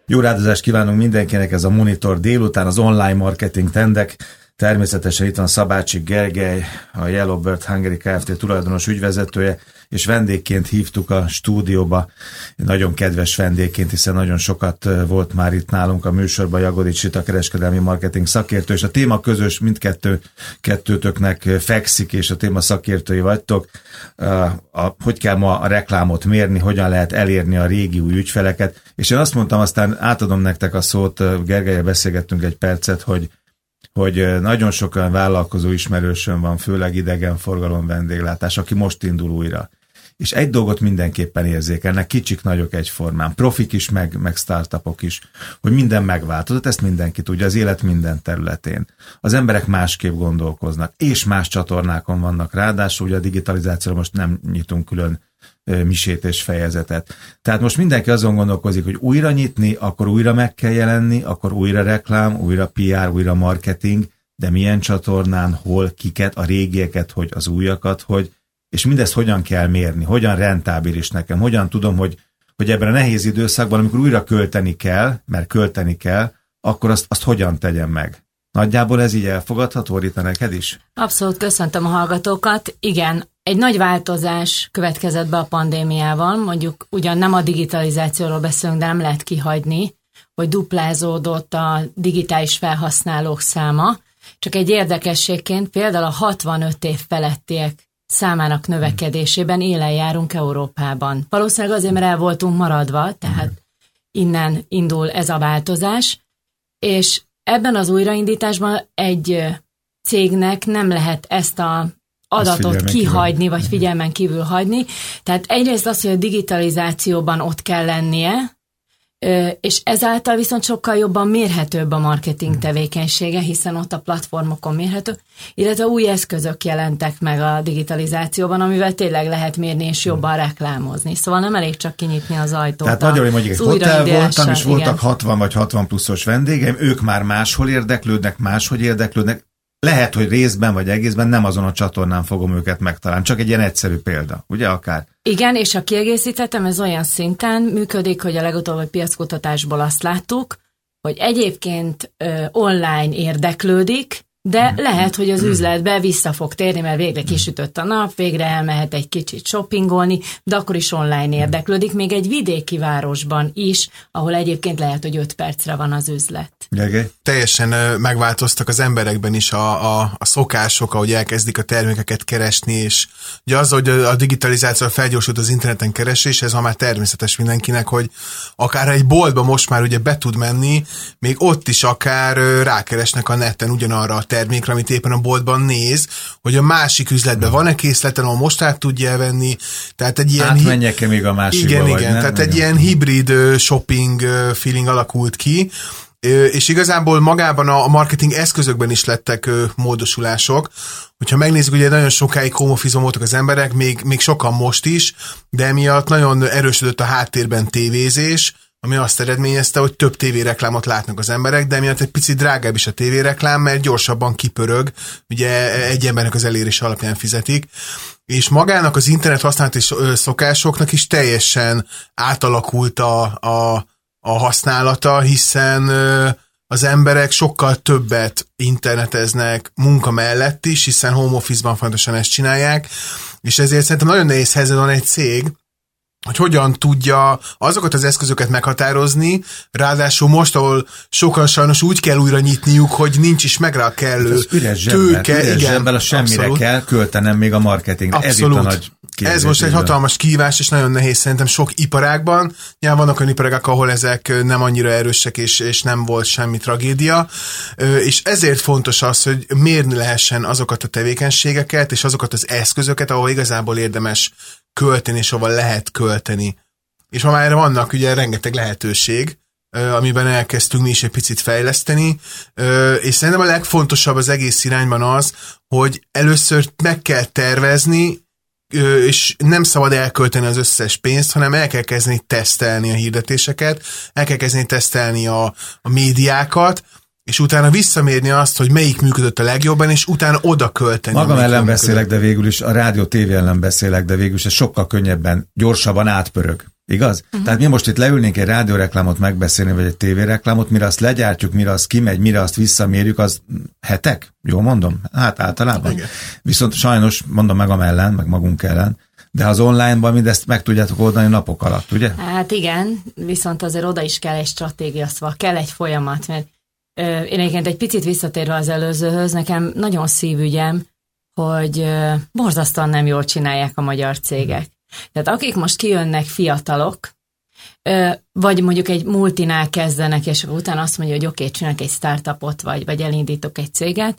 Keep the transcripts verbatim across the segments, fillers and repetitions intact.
Jó rádozást kívánunk mindenkinek, ez a Monitor délután, az online marketing trendek. Természetesen itt van Szabácsik Gergely, a Yellowbird Hungary Kft. Tulajdonos ügyvezetője, és vendégként hívtuk a stúdióba, nagyon kedves vendégként, hiszen nagyon sokat volt már itt nálunk a műsorban Jagodics Rita kereskedelmi marketing szakértő, és a téma közös, mindkettő kettőtöknek fekszik, és a téma szakértői vagytok. A, a, hogy kell ma a reklámot mérni, hogyan lehet elérni a régi új ügyfeleket, és én azt mondtam, aztán átadom nektek a szót, Gergellyel beszélgettünk egy percet, hogy hogy nagyon sok olyan vállalkozó ismerősön van, főleg idegenforgalom, vendéglátás, aki most indul újra. És egy dolgot mindenképpen érzékelnek, kicsik, nagyok egyformán, profik is, meg, meg startupok is, hogy minden megváltozott, ezt mindenki tudja, az élet minden területén. Az emberek másképp gondolkoznak, és más csatornákon vannak, ráadásul ugye a digitalizációra most nem nyitunk külön misét és fejezetet. Tehát most mindenki azon gondolkozik, hogy újra nyitni, akkor újra meg kell jelenni, akkor újra reklám, újra pé er, újra marketing, de milyen csatornán, hol, kiket, a régieket, hogy az újakat, hogy, és mindezt hogyan kell mérni, hogyan rentábilis nekem, hogyan tudom, hogy, hogy ebben a nehéz időszakban, amikor újra költeni kell, mert költeni kell, akkor azt, azt hogyan tegyem meg. Nagyjából ez így elfogadható, Rita, neked is? Abszolút, köszöntöm a hallgatókat. Igen, egy nagy változás következett be a pandémiával, mondjuk ugyan nem a digitalizációról beszélünk, de nem lehet kihagyni, hogy duplázódott a digitális felhasználók száma. Csak egy érdekességként például a hatvanöt év felettiek számának növekedésében élen járunk Európában. Valószínűleg azért, mert el voltunk maradva, tehát innen indul ez a változás, és ebben az újraindításban egy cégnek nem lehet ezt a adatot kihagyni, kívül. vagy figyelmen kívül hagyni. Tehát egyrészt az, hogy a digitalizációban ott kell lennie, és ezáltal viszont sokkal jobban mérhetőbb a marketing tevékenysége, hiszen ott a platformokon mérhető, illetve új eszközök jelentek meg a digitalizációban, amivel tényleg lehet mérni és jobban reklámozni. Szóval nem elég csak kinyitni az ajtót. Tehát magyarul mondjuk egy hotel voltam, és voltak igen. hatvan vagy hatvan pluszos vendégeim, ők már máshol érdeklődnek, máshogy érdeklődnek. Lehet, hogy részben vagy egészben nem azon a csatornán fogom őket megtalálni. Csak egy ilyen egyszerű példa, ugye akár? Igen, és a kiegészítettem, ez olyan szinten működik, hogy a legutóbbi piackutatásból azt láttuk, hogy egyébként ö, online érdeklődik, de lehet, hogy az üzletbe vissza fog térni, mert végre kisütött a nap, végre elmehet egy kicsit shoppingolni, de akkor is online érdeklődik, még egy vidéki városban is, ahol egyébként lehet, hogy öt percre van az üzlet. Gergely? Teljesen megváltoztak az emberekben is a, a, a szokások, ahogy elkezdik a termékeket keresni, és ugye az, hogy a digitalizáció felgyorsult az interneten keresés, ez ma már természetes mindenkinek, hogy akár egy boltba most már ugye be tud menni, még ott is akár rákeresnek a neten ugyanarra a termékre, amit éppen a boltban néz, hogy a másik üzletben van-e készleten, ahol most át tudja venni. Tehát egy ilyen... Átmenjek-e még a másikba? Igen, vagy igen. Nem? Tehát Nagyon. egy ilyen hibrid shopping feeling alakult ki, és igazából magában a marketing eszközökben is lettek módosulások. Hogyha megnézzük, ugye nagyon sokáig home office-on voltak az emberek, még, még sokan most is, de emiatt nagyon erősödött a háttérben tévézés, ami azt eredményezte, hogy több tévéreklámot látnak az emberek, de emiatt egy picit drágább is a tévéreklám, mert gyorsabban kipörög, ugye egy embernek az elérés alapján fizetik, és magának az internet használati szokásoknak is teljesen átalakult a, a, a használata, hiszen az emberek sokkal többet interneteznek munka mellett is, hiszen home office-ban fontosan ezt csinálják, és ezért szerintem nagyon nehéz helyzet van egy cég, hogy hogyan tudja azokat az eszközöket meghatározni, ráadásul most, ahol sokan sajnos úgy kell újra nyitniuk, hogy nincs is meg rá a kellő tőke. Üres zsebben, a semmire abszolút. Kell költenem még a marketingre. Ez itt a nagy kérdés. Ez most egy hatalmas kihívás, és nagyon nehéz szerintem sok iparágban. Nyilván vannak olyan iparágak, ahol ezek nem annyira erősek, és, és nem volt semmi tragédia. És ezért fontos az, hogy mérni lehessen azokat a tevékenységeket, és azokat az eszközöket, ahol igazából érdemes költeni, és ahol lehet költeni. És ma már vannak ugye rengeteg lehetőség, amiben elkezdtünk mi is egy picit fejleszteni, és szerintem a legfontosabb az egész irányban az, hogy először meg kell tervezni, és nem szabad elkölteni az összes pénzt, hanem el kell kezdeni tesztelni a hirdetéseket, el kell kezdeni tesztelni a, a médiákat, és utána visszamérni azt, hogy melyik működött a legjobban, és utána oda költeni. Magam ellen beszélek, de végül is a rádió tévé ellen beszélek, de végül is ez sokkal könnyebben, gyorsabban átpörög. Igaz? Uh-huh. Tehát mi most itt leülnénk egy rádióreklámot megbeszélni, vagy egy tévéreklámot, mire azt legyártjuk, mire azt kimegy, mire azt visszamérjük, az hetek? Jól mondom? Hát általában. Igen. Viszont sajnos, mondom meg amellen, meg magunk ellen, de az online-ban mindezt meg tudjátok oldani napok alatt, ugye? Hát igen, viszont azért oda is kell egy stratégia, szóval kell egy folyamat, mert ö, én egyébként egy picit visszatérve az előzőhöz, nekem nagyon szívügyem, hogy ö, borzasztóan nem jól csinálják a magyar cégek. Tehát akik most kijönnek fiatalok, ö, vagy mondjuk egy multinál kezdenek, és utána azt mondja, hogy oké, okay, csinálok egy startupot, vagy, vagy elindítok egy céget,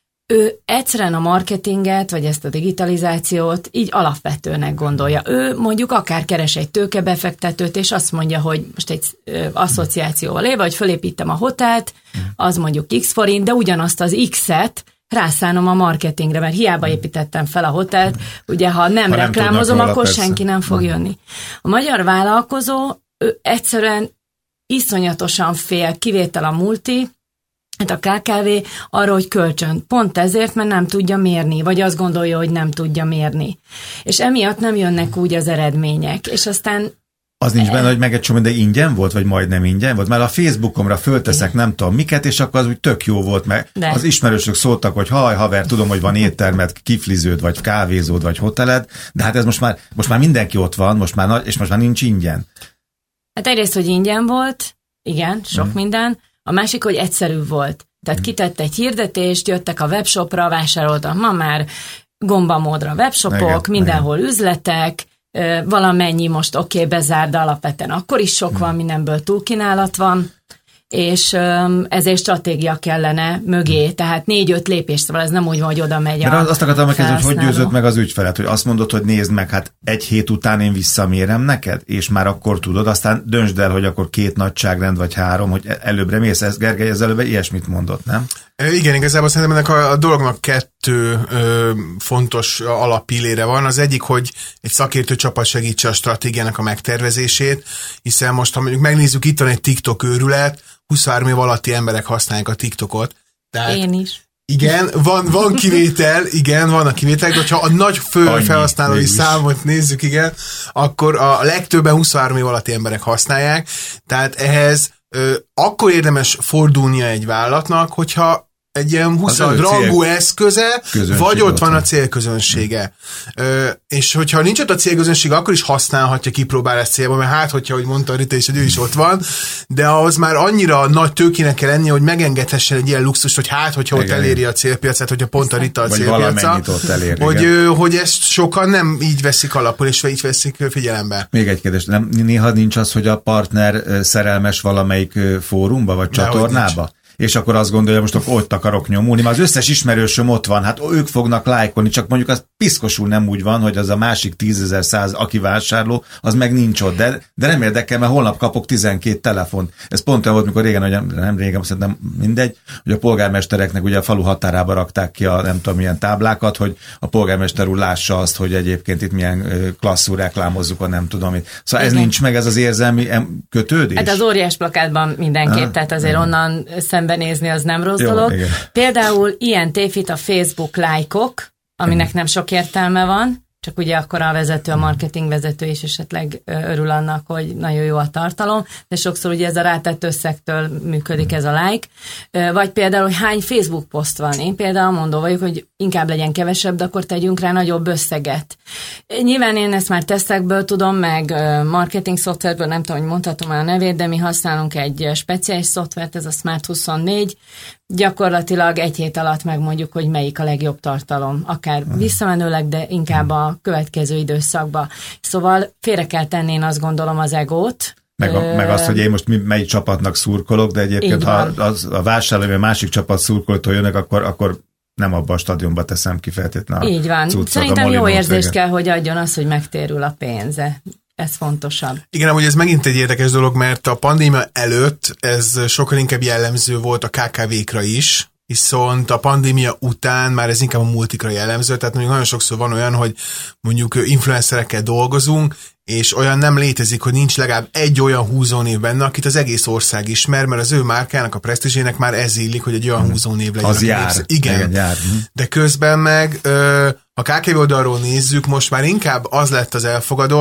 ő egyszerűen a marketinget, vagy ezt a digitalizációt így alapvetőnek gondolja. Ő mondjuk akár keres egy tőkebefektetőt, és azt mondja, hogy most egy ö, asszociációval élve, hogy fölépítem a hotelt, az mondjuk X forint, de ugyanazt az X-et rászánom a marketingre, mert hiába építettem fel a hotelt, ugye ha nem ha reklámozom, nem akkor persze. senki nem fog jönni. A magyar vállalkozó ő egyszerűen iszonyatosan fél, kivétel a multi, hát a ká ká vé arra, hogy kölcsön. Pont ezért, mert nem tudja mérni, vagy azt gondolja, hogy nem tudja mérni. És emiatt nem jönnek úgy az eredmények. És aztán az nincs benne, hogy meg egy csomó, de ingyen volt, vagy majdnem ingyen volt, mert a Facebookomra fölteszek nem tudom miket, és akkor az úgy tök jó volt, mert de. Az ismerősök szóltak, hogy haj, haver, tudom, hogy van éttermed, kifliződ, vagy kávézód, vagy hoteled, de hát ez most már, most már mindenki ott van, most már, és most már nincs ingyen. Hát egyrészt, hogy ingyen volt, igen, sok hmm. minden, a másik, hogy egyszerű volt. Tehát hmm. kitett egy hirdetést, jöttek a webshopra, vásároltak, ma már gombamódra webshopok, igen, mindenhol igen. üzletek, valamennyi most oké, okay, bezár, de alapvetően akkor is sok van, mindenből túlkínálat van, és ezért stratégia kellene mögé, tehát négy-öt lépés, szóval ez nem úgy van, hogy oda megy a azt akartam megkérdezni, hogy hogy győzött meg az ügyfelet, hogy azt mondod, hogy nézd meg, hát egy hét után én visszamérem neked, és már akkor tudod, aztán döntsd el, hogy akkor két nagyságrend, vagy három, hogy előbbre mész, ez Gergely az előbb ilyesmit mondott, nem? Igen, igazából szerintem ennek a, a dolognak kettő ö, fontos alappillére van. Az egyik, hogy egy szakértő csapat segítse a stratégiának a megtervezését, hiszen most, ha mondjuk megnézzük, itt van egy TikTok őrület, huszonhárom év alatti emberek használják a TikTokot. Tehát, én is. Igen, van, van kivétel, igen, vannak kivételek, de ha a nagy fő Annyi, felhasználói mégis. számot nézzük, igen, akkor a legtöbben huszonhárom év alatti emberek használják, tehát ehhez ö, akkor érdemes fordulnia egy vállalatnak, hogyha egy ilyen húsz-rangú eszköze, vagy ott van a célközönsége. Ö, és hogyha nincs ott a célközönsége, akkor is használhatja, kipróbál ezt célba, mert hát, hogyha, ahogy mondta Rita is, hogy ő is ott van, de ahhoz már annyira nagy tőkének kell lennie, hogy megengedhessen egy ilyen luxust, hogy hát, hogyha igen. ott eléri a célpiacát, hogyha pont a Rita a vagy célpiaca, elér, hogy, ö, hogy ezt sokan nem így veszik alapul, és így veszik figyelembe. Még egy kérdés, nem, néha nincs az, hogy a partner szerelmes valamelyik fórumba, vagy csatornába? És akkor azt gondolja, most akkor ott akarok nyomulni, mert az összes ismerősöm ott van, hát ők fognak lájkolni, csak mondjuk az piszkosul nem úgy van, hogy az a másik tízezer száz, aki vásárló, az meg nincs ott, de, de nem érdekel, mert holnap kapok tizenkét telefont. Ez pont olyan volt, mikor régen, hogy nem régen, szerintem mindegy, hogy a polgármestereknek ugye a falu határába rakták ki a nem tudom milyen táblákat, hogy a polgármester úr lássa azt, hogy egyébként itt milyen klasszul reklámozzuk, a nem tudom mit. Szóval ez igen. nincs meg, ez az érzelmi kötődés. Hát az óriás plakátban mindenképp, ah, tehát azért igen. onnan szembenézni az nem rossz Jó, dolog. Igen. Például ilyen tévhit a Facebook lájkok, aminek igen. nem sok értelme van, csak ugye akkor a vezető, a marketing vezető is esetleg örül annak, hogy nagyon jó a tartalom, de sokszor ugye ez a rátett összegtől működik ez a like. Vagy például, hogy hány Facebook poszt van. Én például mondó vagyok, hogy inkább legyen kevesebb, de akkor tegyünk rá nagyobb összeget. Nyilván én ezt már tesztekből tudom, meg marketing szoftverből, nem tudom, hogy mondhatom el a nevét, de mi használunk egy speciális szoftvert, ez a Smart huszonnégy, gyakorlatilag egy hét alatt megmondjuk, hogy melyik a legjobb tartalom. Akár visszamenőleg, de inkább a következő időszakba. Szóval félre kell tenni, én azt gondolom, az egót. Meg, a, meg azt, hogy én most melyik csapatnak szurkolok, de egyébként ha az, a vásárlói a másik csapat szurkoltól jönnek, akkor, akkor nem abban a stadionba teszem ki feltétlenül. Így van. Cuccot, szerintem jó érzést kell, hogy adjon az, hogy megtérül a pénze. Ez fontosabb. Igen, amúgy ez megint egy érdekes dolog, mert a pandémia előtt ez sokkal inkább jellemző volt a ká ká vékra is, viszont a pandémia után már ez inkább a multikra jellemző, tehát mondjuk nagyon sokszor van olyan, hogy mondjuk influencerekkel dolgozunk, és olyan nem létezik, hogy nincs legalább egy olyan húzónév benne, akit az egész ország ismer, mert az ő márkának, a presztízsének már ez illik, hogy egy olyan húzónév legyen. Az jár. Igen. Igen, jár. De közben meg, ö, ha ká ká vé oldalról nézzük, most már inkább az lett az elfogadott,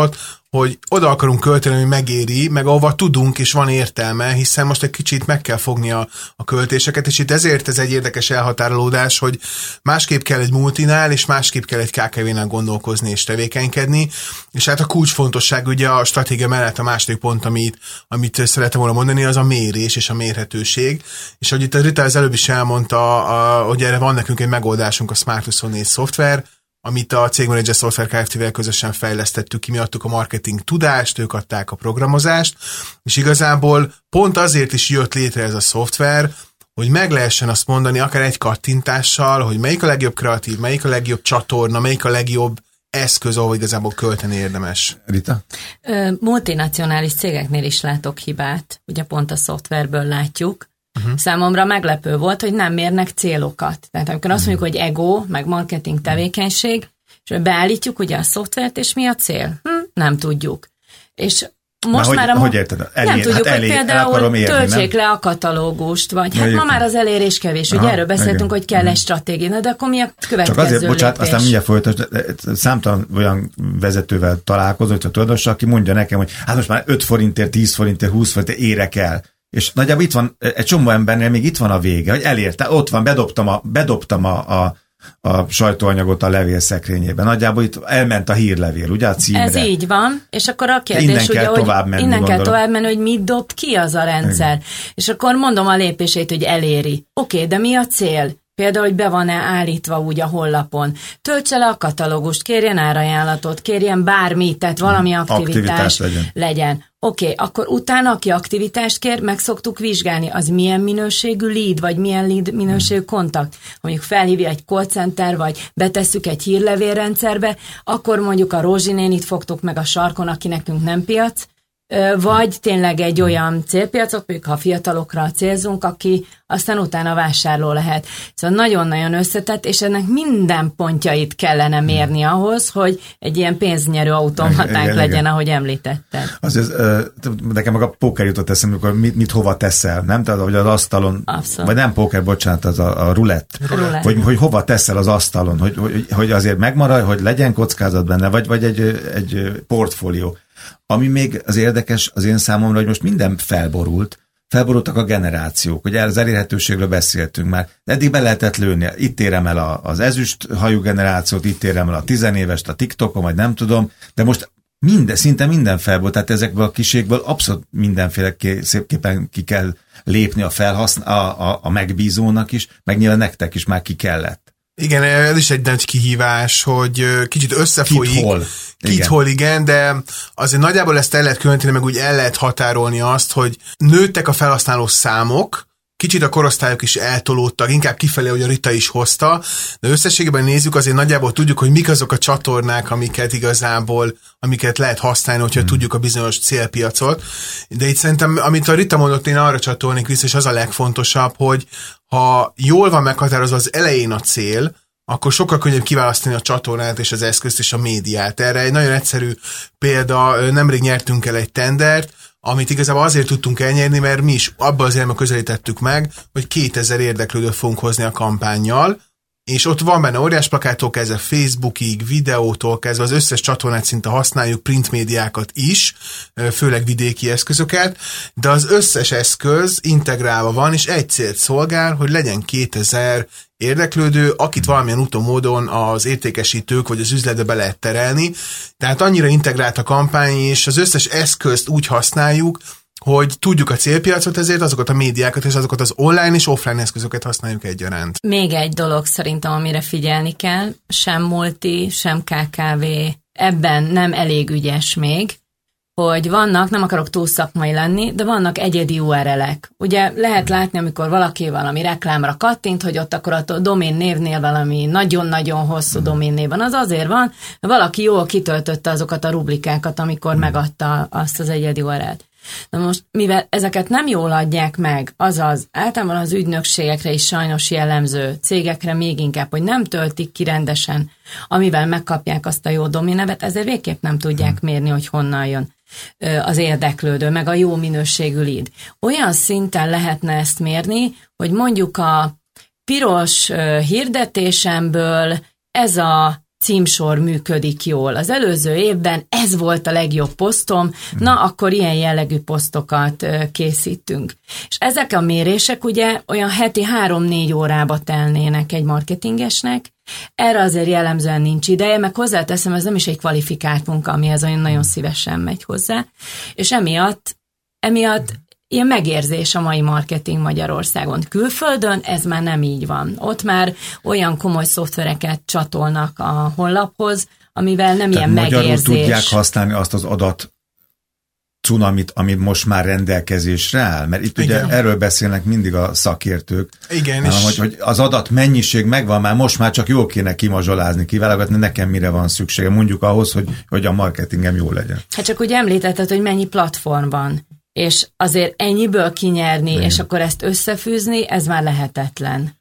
hogy oda akarunk költeni, hogy megéri, meg ahova tudunk, és van értelme, hiszen most egy kicsit meg kell fogni a, a költéseket, és itt ezért ez egy érdekes elhatárolódás, hogy másképp kell egy multinál, és másképp kell egy ká ká vé-nál gondolkozni és tevékenykedni, és hát a kulcsfontosság ugye a stratégia mellett a második pont, amit, amit szeretem volna mondani, az a mérés és a mérhetőség, és ahogy itt a Rita az előbb is elmondta, a, hogy erre van nekünk egy megoldásunk, a Smart huszonnégy szoftver, amit a Cégmenedzser Szoftver Kft-vel közösen fejlesztettük ki, mi adtuk a marketing tudást, ők adták a programozást, és igazából pont azért is jött létre ez a szoftver, hogy meg lehessen azt mondani, akár egy kattintással, hogy melyik a legjobb kreatív, melyik a legjobb csatorna, melyik a legjobb eszköz, ahol igazából költeni érdemes. Rita? Ö, multinacionális cégeknél is látok hibát, ugye pont a szoftverből látjuk. Uh-huh. Számomra meglepő volt, hogy nem mérnek célokat. Tehát amikor azt mondjuk, hogy ego, meg marketing tevékenység, és beállítjuk ugye a szoftvert, és mi a cél? Hm, nem tudjuk. És most már, már hogy, a... hogy érted? Elér, nem tudjuk, hát elé, hogy például érni, töltsék nem? le a katalógust, vagy hát értem. ma már az elérés kevés. Aha, ugye erről beszéltünk, igen, hogy kell egy stratégia, de akkor mi a következő Csak azért, bocsánat, lépés? aztán mindjárt folytos, számtalan olyan vezetővel találkozom, hogy tudod, aki mondja nekem, hogy hát most már öt forintért, tíz forintért, húsz forintért érek el. És nagyjából itt van, egy csomó embernél még itt van a vége, hogy elérte, ott van, bedobtam a, bedobtam a, a, a sajtóanyagot a levélszekrényébe. Nagyjából itt elment a hírlevél, ugye a címre. Ez így van, és akkor a kérdés, innen ugye, kell hogy tovább menni, innen gondolom. kell tovább menni, hogy mit dob ki az a rendszer. Igen. És akkor mondom a lépését, hogy eléri. Oké, okay, de mi a cél? Például, hogy be van-e állítva úgy a honlapon. Töltse le a katalógust, kérjen árajánlatot, kérjen bármit, tehát valami aktivitás, aktivitás legyen. legyen. Oké, okay, akkor utána, aki aktivitást kér, meg szoktuk vizsgálni, az milyen minőségű lead, vagy milyen lead minőségű kontakt. Mondjuk felhívja egy call center, vagy betesszük egy hírlevélrendszerbe, akkor mondjuk a Rózsi nénit fogtuk meg a sarkon, aki nekünk nem piac, vagy tényleg egy olyan célpiacot, mondjuk ha fiatalokra célzunk, aki aztán utána vásárló lehet. Szóval nagyon-nagyon összetett, és ennek minden pontjait kellene mérni ahhoz, hogy egy ilyen pénznyerő automatánk igen, legyen, igen. ahogy említetted. Azért, nekem meg a póker jutott eszembe, amikor mit, mit hova teszel, nem? Tehát, hogy az asztalon, Abszolút. vagy nem póker, bocsánat, az a, a rulett, rulett. Hogy, hogy hova teszel az asztalon, hogy, hogy, hogy azért megmaradj, hogy legyen kockázat benne, vagy, vagy egy, egy portfólió. Ami még az érdekes az én számomra, hogy most minden felborult, felborultak a generációk, ugye az elérhetőségről beszéltünk már, eddig be lehetett lőni, itt érem el a, az ezüst hajú generációt, itt érem el a tizenévest a TikTokon, vagy nem tudom, de most minden, szinte minden felborult, tehát ezekből a kiségből abszolút mindenféleképpen ki kell lépni a, felhaszn- a, a, a megbízónak is, meg nyilván nektek is már ki kellett. Igen, ez is egy nagy kihívás, hogy kicsit összefolyik. Kit hol. Kit igen. hol, igen, de azért nagyjából ezt el lehet különíteni, meg úgy el lehet határolni azt, hogy nőttek a felhasználó számok, kicsit a korosztályok is eltolódtak, inkább kifelé, hogy a Rita is hozta, de összességében nézzük, azért nagyjából tudjuk, hogy mik azok a csatornák, amiket igazából, amiket lehet használni, hogyha hmm. tudjuk a bizonyos célpiacot. De itt szerintem, amit a Rita mondott, én arra csatolnék vissza, és az a legfontosabb, hogy ha jól van meghatározva az elején a cél, akkor sokkal könnyebb kiválasztani a csatornát és az eszközt és a médiát. Erre egy nagyon egyszerű példa, nemrég nyertünk el egy tendert, amit igazából azért tudtunk elnyerni, mert mi is abban az éremben közelítettük meg, hogy kétezer érdeklődőt fogunk hozni a kampánnyal, és ott van benne óriás plakáttól kezdve Facebookig, videótól kezdve az összes csatornát szinte használjuk, print médiákat is, főleg vidéki eszközöket, de az összes eszköz integrálva van, és egy célt szolgál, hogy legyen kétezer érdeklődő, akit valamilyen úton módon az értékesítők vagy az üzletbe be lehet terelni. Tehát annyira integrált a kampány, és az összes eszközt úgy használjuk, hogy tudjuk a célpiacot, ezért azokat a médiákat és azokat az online és offline eszközöket használjuk egyaránt. Még egy dolog szerintem, amire figyelni kell, sem multi, sem ká ká vé ebben nem elég ügyes még, hogy vannak, nem akarok túl szakmai lenni, de vannak egyedi u er el-ek. Ugye lehet látni, amikor valaki valami reklámra kattint, hogy ott akkor a domén névnél valami nagyon-nagyon hosszú domén név van. Az azért van, mert valaki jól kitöltötte azokat a rubrikákat, amikor megadta azt az egyedi u er el-t. Na most, mivel ezeket nem jól adják meg, azaz általában az ügynökségekre is sajnos jellemző, cégekre még inkább, hogy nem töltik ki rendesen, amivel megkapják azt a jó doménevet, ezért végképp nem tudják mérni, hogy honnan jön az érdeklődő, meg a jó minőségű lead. Olyan szinten lehetne ezt mérni, hogy mondjuk a piros hirdetésemből ez a címsor működik jól. Az előző évben ez volt a legjobb posztom, na akkor ilyen jellegű posztokat készítünk. És ezek a mérések ugye olyan heti három-négy órába telnének egy marketingesnek, erre azért jellemzően nincs ideje, meg hozzáteszem, ez nem is egy kvalifikált munka, amihez olyan nagyon szívesen megy hozzá, és emiatt, emiatt ilyen megérzés a mai marketing Magyarországon. Külföldön ez már nem így van. Ott már olyan komoly szoftvereket csatolnak a honlaphoz, amivel nem Tehát ilyen magyarul megérzés. Tudják használni azt az adat cunamit, ami most már rendelkezésre áll? Mert itt Igen. ugye erről beszélnek mindig a szakértők. Igen, hanem, hogy, hogy az adat mennyiség megvan, már most már csak jól kéne kimazsolázni, kiválogatni, nekem mire van szüksége, mondjuk ahhoz, hogy, hogy a marketingem jó legyen. Hát csak ugye említetted, hogy mennyi platform van, és azért ennyiből kinyerni, Igen. és akkor ezt összefűzni, ez már lehetetlen.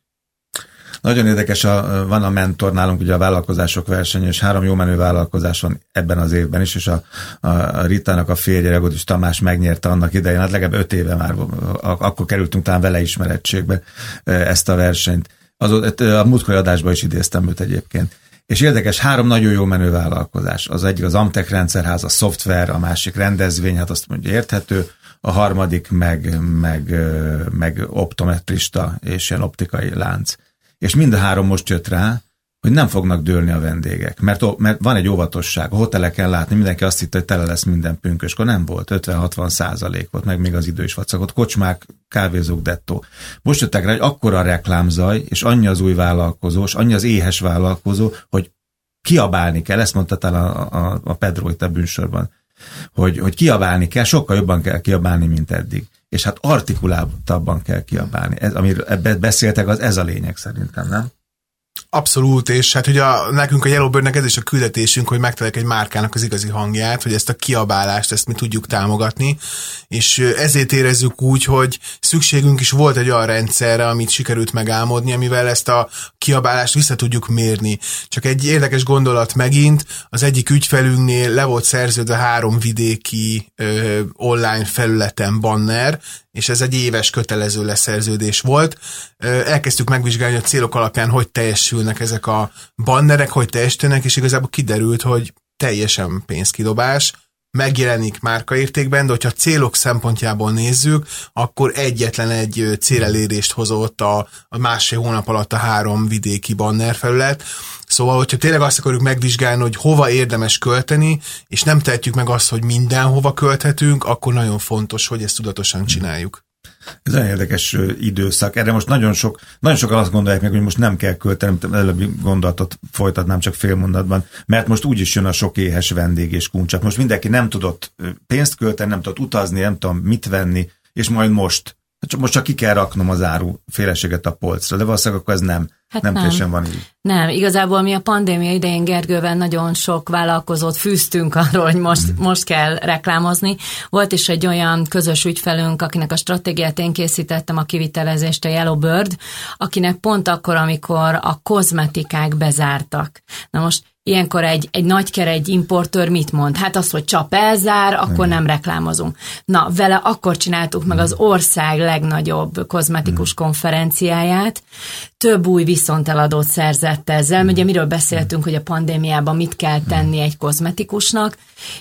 Nagyon érdekes, a, van a mentor nálunk, ugye a vállalkozások verseny, és három jó menő vállalkozás van ebben az évben is, és a, a, a Ritának a férje, Regotis Tamás megnyerte annak idején, hát legalább öt éve már, akkor kerültünk talán vele ismerettségbe ezt a versenyt. Az, a múltkori adásban is idéztem őt egyébként. És érdekes, három nagyon jó menő vállalkozás. Az egyik az Amtek rendszerház, a szoftver, a másik rendezvény, hát azt mondja érthető, a harmadik meg, meg, meg optometrista és ilyen optikai lánc. És mind a három most jött rá, hogy nem fognak dőlni a vendégek, mert, mert van egy óvatosság, a hoteleken látni, mindenki azt hitte, hogy tele lesz minden pünköskor, nem volt, ötven-hatvan százalék volt, meg még az idő is vacakott, kocsmák, kávézók, dettó. Most jöttek rá, hogy akkora a reklámzaj, és annyi az új vállalkozó, és annyi az éhes vállalkozó, hogy kiabálni kell, ezt mondta talán a, a, a Pedro itt a bűnsorban, hogy, hogy kiabálni kell, sokkal jobban kell kiabálni, mint eddig. És hát artikuláltabban kell kiabálni. Ez, amiről ebben beszéltek, az ez a lényeg szerintem, nem? Abszolút, és hát ugye a, nekünk a Yellowbirdnek ez is a küldetésünk, hogy megtaláljuk egy márkának az igazi hangját, hogy ezt a kiabálást, ezt mi tudjuk támogatni, és ezért érezzük úgy, hogy szükségünk is volt egy olyan rendszerre, amit sikerült megálmodni, amivel ezt a kiabálást vissza tudjuk mérni. Csak egy érdekes gondolat megint, az egyik ügyfelünknél le volt szerződve három vidéki ö, online felületen banner, és ez egy éves kötelező leszerződés volt. Elkezdtük megvizsgálni a célok alapján, hogy teljesülnek ezek a bannerek, hogy teljesítenek, és igazából kiderült, hogy teljesen pénzkidobás, megjelenik márkaértékben, de hogyha célok szempontjából nézzük, akkor egyetlen egy célelérést hozott a, a másfél hónap alatt a három vidéki banner felület. Szóval, hogyha tényleg azt akarjuk megvizsgálni, hogy hova érdemes költeni, és nem tehetjük meg azt, hogy mindenhova költhetünk, akkor nagyon fontos, hogy ezt tudatosan csináljuk. Ez egy érdekes időszak. Erre most nagyon sok, nagyon sokan azt gondolják meg, hogy most nem kell költeni, előbbi gondolatot folytatnám csak fél mondatban, mert most úgyis jön a sok éhes vendég és kuncsap. Most mindenki nem tudott pénzt költeni, nem tudott utazni, nem tudom mit venni, és majd most, most csak ki kell raknom az áru féleséget a polcra, de valószínűleg akkor ez nem, hát nem, nem teljesen van így. Nem, igazából mi a pandémia idején Gergővel nagyon sok vállalkozót fűztünk arról, hogy most, mm. most kell reklámozni. Volt is egy olyan közös ügyfelünk, akinek a stratégiát én készítettem, a kivitelezést, a Yellowbird, akinek pont akkor, amikor a kozmetikák bezártak. Na most ilyenkor egy, egy nagyker, egy importőr mit mond? Hát az, hogy csap elzár, akkor mm. nem reklámozunk. Na, vele akkor csináltuk meg az ország legnagyobb kozmetikus mm. konferenciáját. Több új viszonteladót szerzett ezzel, ugye miről beszéltünk, hogy a pandémiában mit kell tenni egy kozmetikusnak,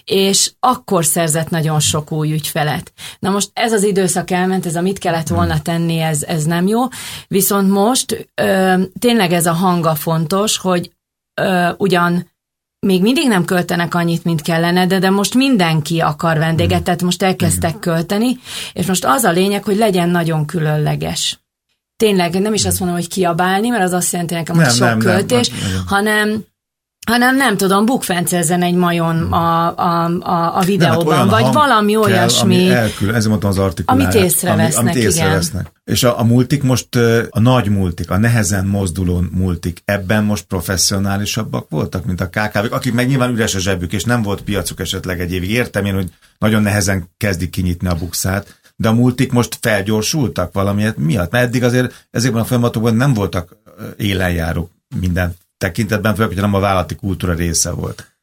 és akkor szerzett nagyon sok új ügyfelet. Na most ez az időszak elment, ez a mit kellett volna tenni, ez, ez nem jó, viszont most ö, tényleg ez a hanga fontos, hogy ö, ugyan még mindig nem költenek annyit, mint kellene, de, de most mindenki akar vendéget, tehát most elkezdtek költeni, és most az a lényeg, hogy legyen nagyon különleges. Tényleg nem is azt mondom, hogy kiabálni, mert az azt jelenti nekem, hogy sok nem, költés, nem, nem, hanem, hanem nem tudom, bukfencezzen egy majon a, a, a, a videóban, nem, hát vagy valami kell, olyasmi, ami elkül, ezért mondtam az artikuláját, amit észrevesznek, amit, amit észrevesznek. És a, a multik most, a nagy multik, a nehezen mozduló multik, ebben most professzionálisabbak voltak, mint a ká ká vék, akik meg nyilván üres a zsebük, és nem volt piacuk esetleg egy évig. Értem én, hogy nagyon nehezen kezdik kinyitni a bukszát, de a multik most felgyorsultak valamiért miatt, mert eddig azért ezekben a folyamatokban nem voltak élenjárók minden tekintetben, főleg, hogyha nem a vállalati kultúra része volt.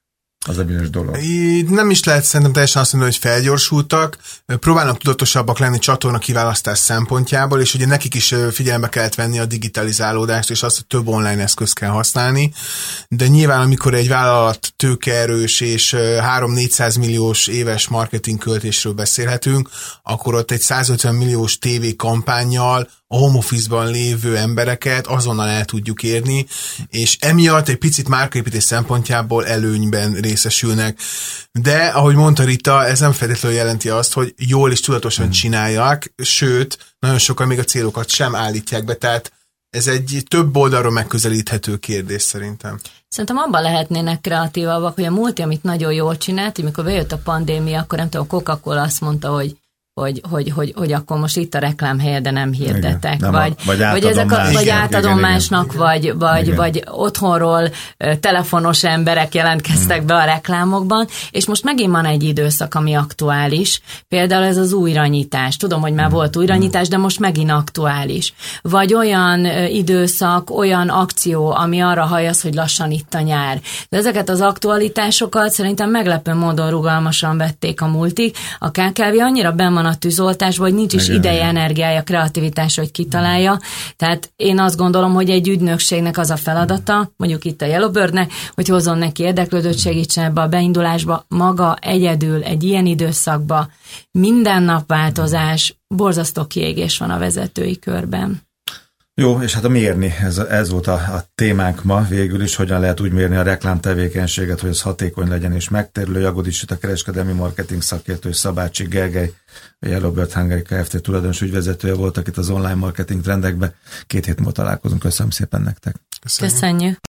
az a bizonyos dolog. Így nem is lehet szerintem teljesen azt mondani, hogy felgyorsultak, próbálnak tudatosabbak lenni csatorna kiválasztás szempontjából, és ugye nekik is figyelembe kellett venni a digitalizálódást, és azt, hogy több online eszközt kell használni, de nyilván amikor egy vállalat tőkeerős és három-négyszáz milliós éves marketing költésről beszélhetünk, akkor ott egy százötven milliós tévékampánnyal a home office-ban lévő embereket azonnal el tudjuk érni, és emiatt egy picit márkaépítés szempontjából előnyben részesülnek. De, ahogy mondta Rita, ez nem feltétlenül jelenti azt, hogy jól és tudatosan csinálják, sőt, nagyon sokan még a célokat sem állítják be, tehát ez egy több oldalról megközelíthető kérdés szerintem. Szerintem abban lehetnének kreatívabbak, hogy a multi, amit nagyon jól csinált, amikor bejött a pandémia, akkor nem tudom, a Coca-Cola azt mondta, hogy Hogy, hogy, hogy, hogy akkor most itt a reklámhelye, de nem hirdetek. Igen, vagy, vagy átadom, vagy, ezek a, más, vagy igen, átadom igen, másnak, igen. vagy, vagy, vagy otthonról telefonos emberek jelentkeztek hmm. be a reklámokban, és most megint van egy időszak, ami aktuális. Például ez az újranyitás. Tudom, hogy már hmm. volt újranyitás, de most megint aktuális. Vagy olyan időszak, olyan akció, ami arra hajasz, hogy lassan itt a nyár. De ezeket az aktualitásokat szerintem meglepő módon rugalmasan vették a multik. A ká ká vé annyira benn van a tűzoltásban, hogy nincs is igen, ideje, igen. energiája, kreativitás, hogy kitalálja. Tehát én azt gondolom, hogy egy ügynökségnek az a feladata, mondjuk itt a Yellowbirdnek, hogy hozzon neki érdeklődőt, segítsen ebbe a beindulásba, maga egyedül egy ilyen időszakba, minden nap változás, borzasztó kiégés van a vezetői körben. Jó, és hát a mérni, ez, ez volt a, a témánk ma végül is, hogyan lehet úgy mérni a reklám tevékenységet, hogy az hatékony legyen és megtérülő. Jagodics Rita, a kereskedelmi marketing szakértő, és Szabácsik Gergely, a Yellowbird Hungary Kft. Tulajdonos ügyvezetője voltak itt az online marketing trendekben. Két hét múlva találkozunk. Köszönöm szépen nektek. Köszönjük. Köszönjük.